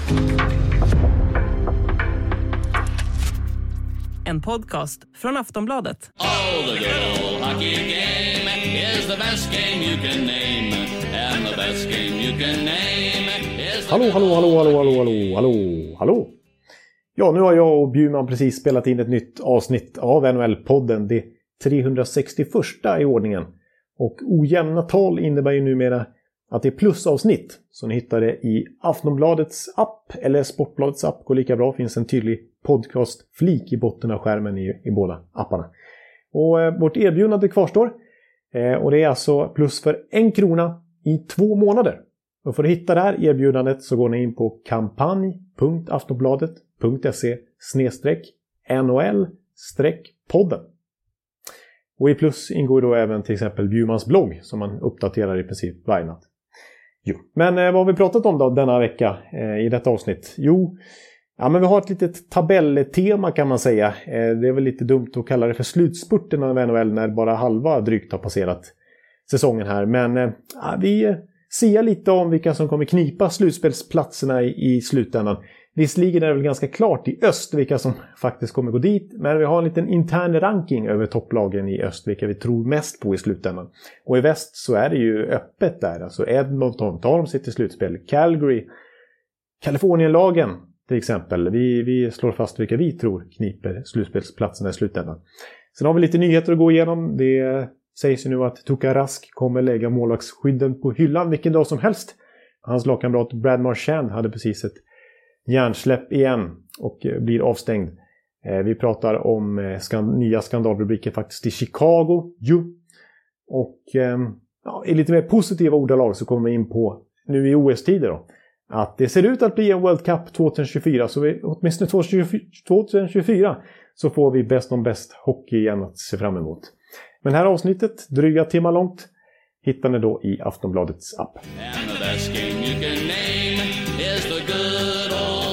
En podcast från Aftonbladet. Oh, the good old hockey game is the best game you can name. And the best game you can name is the... Hallå. Ja, nu har jag och Bjurman precis spelat in ett nytt avsnitt av NHL-podden. Det 361 i ordningen. Och ojämna tal innebär ju numera att det är plusavsnitt. Så ni hittar det i Aftonbladets app eller Sportbladets app. Går lika bra, finns en tydlig podcast-flik i botten av skärmen i båda apparna. Och vårt erbjudande kvarstår. Och det är alltså plus för 1 krona i 2 månader. Och för att hitta det här erbjudandet så går ni in på kampanj.aftonbladet.se/NOL-podden. Och i plus ingår då även till exempel Bjurmans blogg som man uppdaterar i princip varje natt. Jo. Men vad har vi pratat om då denna vecka i detta avsnitt? Jo, men vi har ett litet tabelltema kan man säga. Det är väl lite dumt att kalla det för slutspurten av NHL när bara halva drygt har passerat säsongen här. Men vi ser lite om vilka som kommer knipa slutspelsplatserna i slutändan. Visserligen är det väl ganska klart i öst vilka som faktiskt kommer gå dit. Men vi har en liten intern ranking över topplagen i öst vilka vi tror mest på i slutändan. Och i väst så är det ju öppet där. Alltså Edmonton tar de sig till slutspel. Calgary, Kalifornienlagen till exempel. Vi slår fast vilka vi tror kniper slutspelsplatserna i slutändan. Sen har vi lite nyheter att gå igenom. Det sägs ju nu att Tuukka Rask kommer lägga målvaktsskydden på hyllan vilken dag som helst. Hans lagkamrat Brad Marchand hade precis ett hjärnsläpp igen och blir avstängd. Vi pratar om nya skandalrubriker faktiskt i Chicago. Och i lite mer positiva ordalag så kommer vi in på nu i OS-tider då. Att det ser ut att bli en World Cup 2024. Så åtminstone 2024 så får vi bäst om bäst hockey igen att se fram emot. Men det här avsnittet, dryga timmar långt, hittar ni då i Aftonbladets app. And the best game you can name is the good old